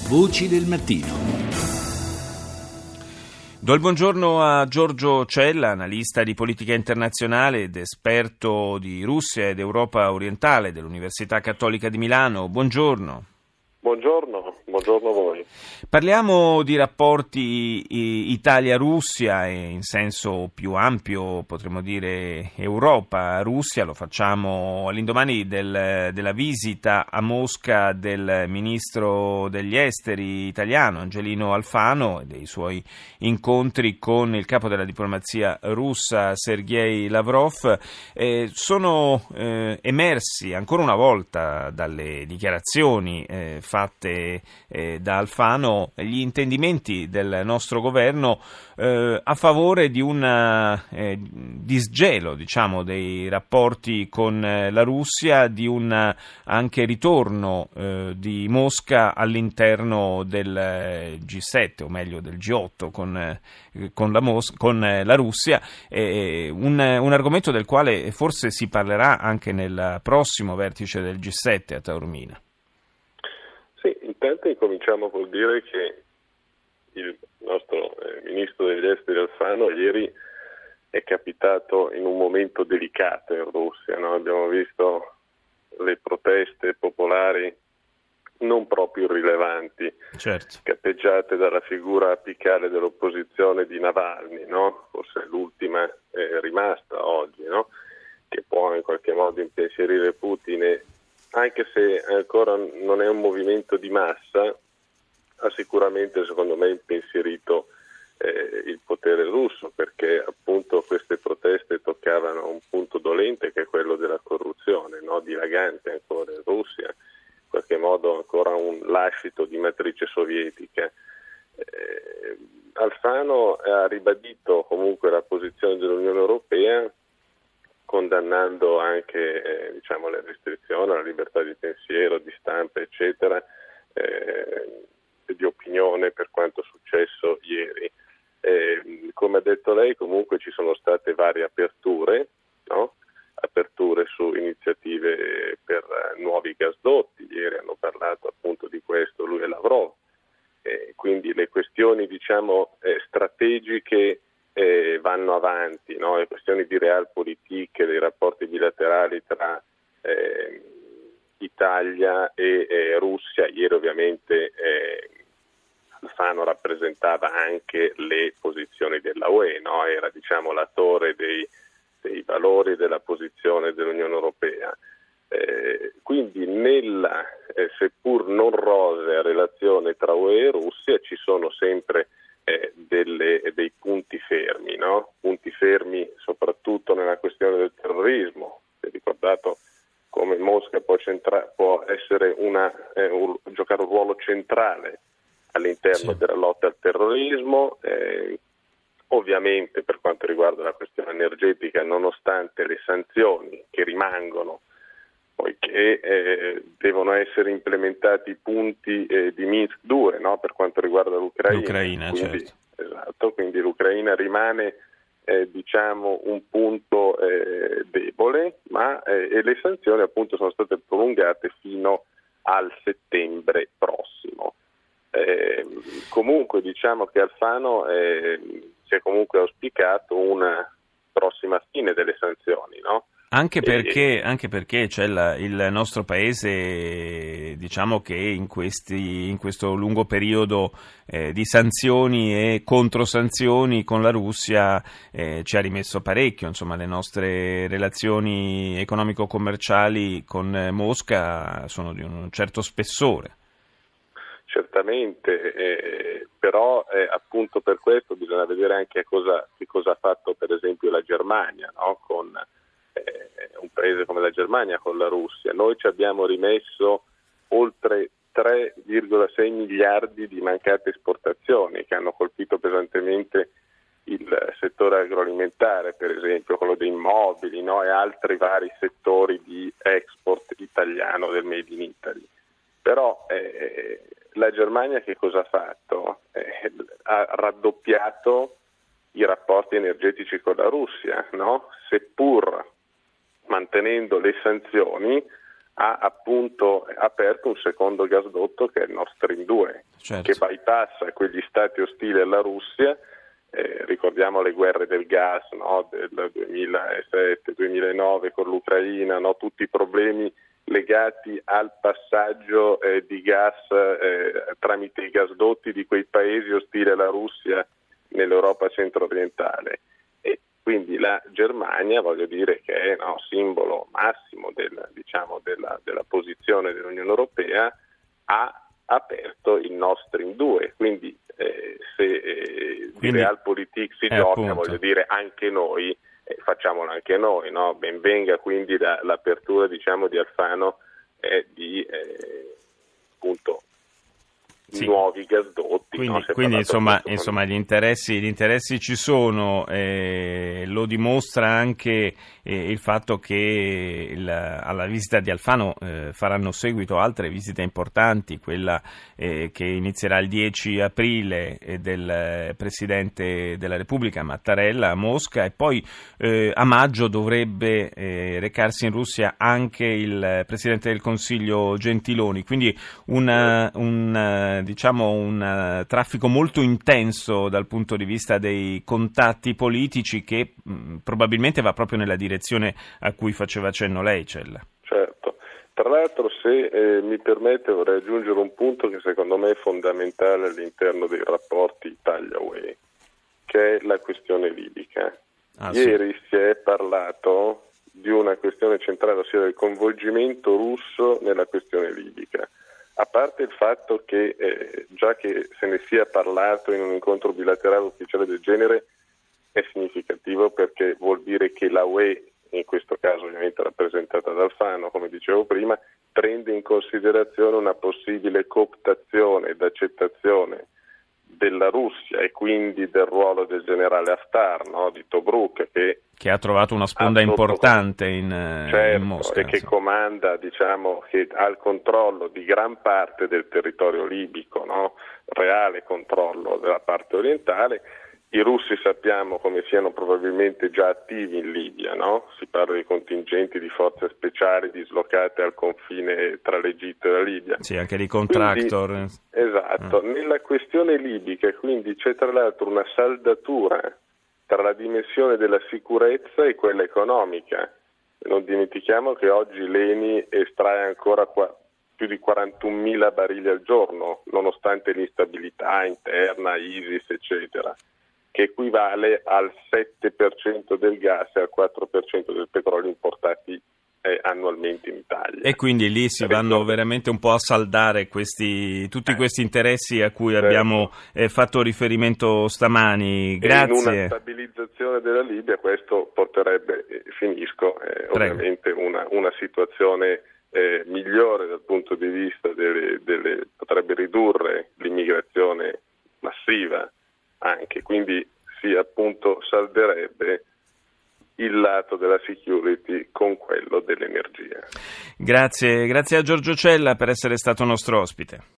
Voci del mattino. Do il buongiorno a Giorgio Cella, analista di politica internazionale ed esperto di Russia ed Europa orientale dell'Università Cattolica di Milano. Buongiorno. Buongiorno a voi. Parliamo di rapporti Italia-Russia e in senso più ampio potremmo dire Europa-Russia. Lo facciamo all'indomani della visita a Mosca del ministro degli esteri italiano Angelino Alfano e dei suoi incontri con il capo della diplomazia russa Sergei Lavrov. Sono emersi ancora una volta dalle dichiarazioni fatte da Alfano gli intendimenti del nostro governo a favore di un disgelo, dei rapporti con la Russia, di un anche ritorno di Mosca all'interno del G7, o meglio del G8 con la Russia, un argomento del quale forse si parlerà anche nel prossimo vertice del G7 a Taormina. Sì, intanto incominciamo col dire che il nostro ministro degli esteri Alfano ieri è capitato in un momento delicato in Russia, no? Abbiamo visto le proteste popolari non proprio rilevanti, certo, capeggiate dalla figura apicale dell'opposizione di Navalny, no? Forse l'ultima rimasta oggi, no? Che può in qualche modo impensierire Putin anche se ancora non è un movimento di massa, ha sicuramente secondo me impensierito il potere russo, perché appunto queste proteste toccavano un punto dolente che è quello della corruzione, no? Dilagante ancora in Russia, in qualche modo ancora un lascito di matrice sovietica. Alfano ha ribadito comunque la posizione dell'Unione Europea, condannando anche le restrizioni alla libertà di pensiero, di stampa, eccetera, di opinione per quanto successo ieri. Come ha detto lei, comunque ci sono state varie aperture, no? Aperture su iniziative per nuovi gasdotti, ieri hanno parlato appunto di questo lui e Lavrov, quindi le questioni strategiche vanno avanti, no? Le questioni di realpolitik, dei rapporti bilaterali tra Italia e Russia. Ieri ovviamente Alfano rappresentava anche le posizioni della UE, no? Era l'attore dei valori della posizione dell'Unione Europea. Quindi nella seppur non rosea relazione tra UE e Russia ci sono sempre dei punti fermi, no? Punti fermi soprattutto nella questione del terrorismo. Si è ricordato come Mosca può essere giocare un ruolo centrale all'interno della lotta al terrorismo. Ovviamente per quanto riguarda la questione energetica, nonostante le sanzioni che rimangono, poiché devono essere implementati i punti di Minsk 2, no? Per quanto riguarda l'Ucraina. Quindi, certo. Esatto, quindi l'Ucraina rimane un punto debole, ma le sanzioni appunto sono state prolungate fino al settembre prossimo. Comunque che Alfano si è comunque auspicato una prossima fine delle sanzioni, no? Anche perché c'è il nostro paese, che in questo lungo periodo di sanzioni e controsanzioni con la Russia ci ha rimesso parecchio. Insomma, le nostre relazioni economico-commerciali con Mosca sono di un certo spessore. Certamente, però appunto per questo bisogna vedere anche che cosa ha fatto per esempio la Germania, no? Con un paese come la Germania con la Russia. Noi ci abbiamo rimesso oltre 3,6 miliardi di mancate esportazioni che hanno colpito pesantemente il settore agroalimentare, per esempio quello dei immobili, no? E altri vari settori di export italiano del Made in Italy. Però la Germania che cosa ha fatto? Ha raddoppiato i rapporti energetici con la Russia, no? Seppur mantenendo le sanzioni, ha appunto aperto un secondo gasdotto che è il Nord Stream 2. certo. che bypassa quegli stati ostili alla Russia. Ricordiamo le guerre del gas, no? Del 2007-2009 con l'Ucraina, no? Tutti i problemi legati al passaggio di gas tramite i gasdotti di quei paesi ostili alla Russia nell'Europa centro-orientale. E quindi la Germania, voglio dire, che è simbolo massimo della posizione dell'Unione Europea, ha aperto il Nord Stream 2, quindi se di Realpolitik si gioca, appunto. voglio dire, anche noi facciamolo anche noi, no? Ben venga quindi l'apertura di Alfano di appunto nuovi gasdotti. Quindi insomma gli interessi ci sono, lo dimostra anche il fatto che alla visita di Alfano faranno seguito altre visite importanti, quella che inizierà il 10 aprile del Presidente della Repubblica Mattarella a Mosca, e poi a maggio dovrebbe recarsi in Russia anche il Presidente del Consiglio Gentiloni, quindi un traffico molto intenso dal punto di vista dei contatti politici, che probabilmente va proprio nella direzione a cui faceva cenno lei, Cella. Certo. Tra l'altro, se mi permette, vorrei aggiungere un punto che secondo me è fondamentale all'interno dei rapporti Italia-UE, che è la questione libica. Ieri si è parlato di una questione centrale, ossia del coinvolgimento russo nella questione libica. A parte il fatto che già che se ne sia parlato in un incontro bilaterale ufficiale del genere è significativo, perché vuol dire che la UE, in questo caso ovviamente rappresentata da Alfano, come dicevo prima, prende in considerazione una possibile cooptazione ed accettazione della Russia e quindi del ruolo del generale Haftar, no? Di Tobruk, che ha trovato una sponda importante in Mosca, e che comanda, che ha il controllo di gran parte del territorio libico, no? Reale controllo della parte orientale. I russi sappiamo come siano probabilmente già attivi in Libia, no? Si parla di contingenti di forze speciali dislocate al confine tra l'Egitto e la Libia. Sì, anche di contractor. Quindi, esatto. Nella questione libica quindi c'è tra l'altro una saldatura tra la dimensione della sicurezza e quella economica. Non dimentichiamo che oggi l'ENI estrae ancora più di 41.000 barili al giorno, nonostante l'instabilità interna, ISIS, eccetera, che equivale al 7% del gas e al 4% del petrolio importati annualmente in Italia. E quindi lì si vanno veramente un po' a saldare tutti questi interessi a cui abbiamo fatto riferimento stamani. Grazie. E in una stabilizzazione della Libia questo porterebbe, ovviamente una situazione migliore dal punto di vista potrebbe ridurre l'immigrazione massiva anche, quindi si appunto salderebbe il lato della security con quello dell'energia. Grazie a Giorgio Cella per essere stato nostro ospite.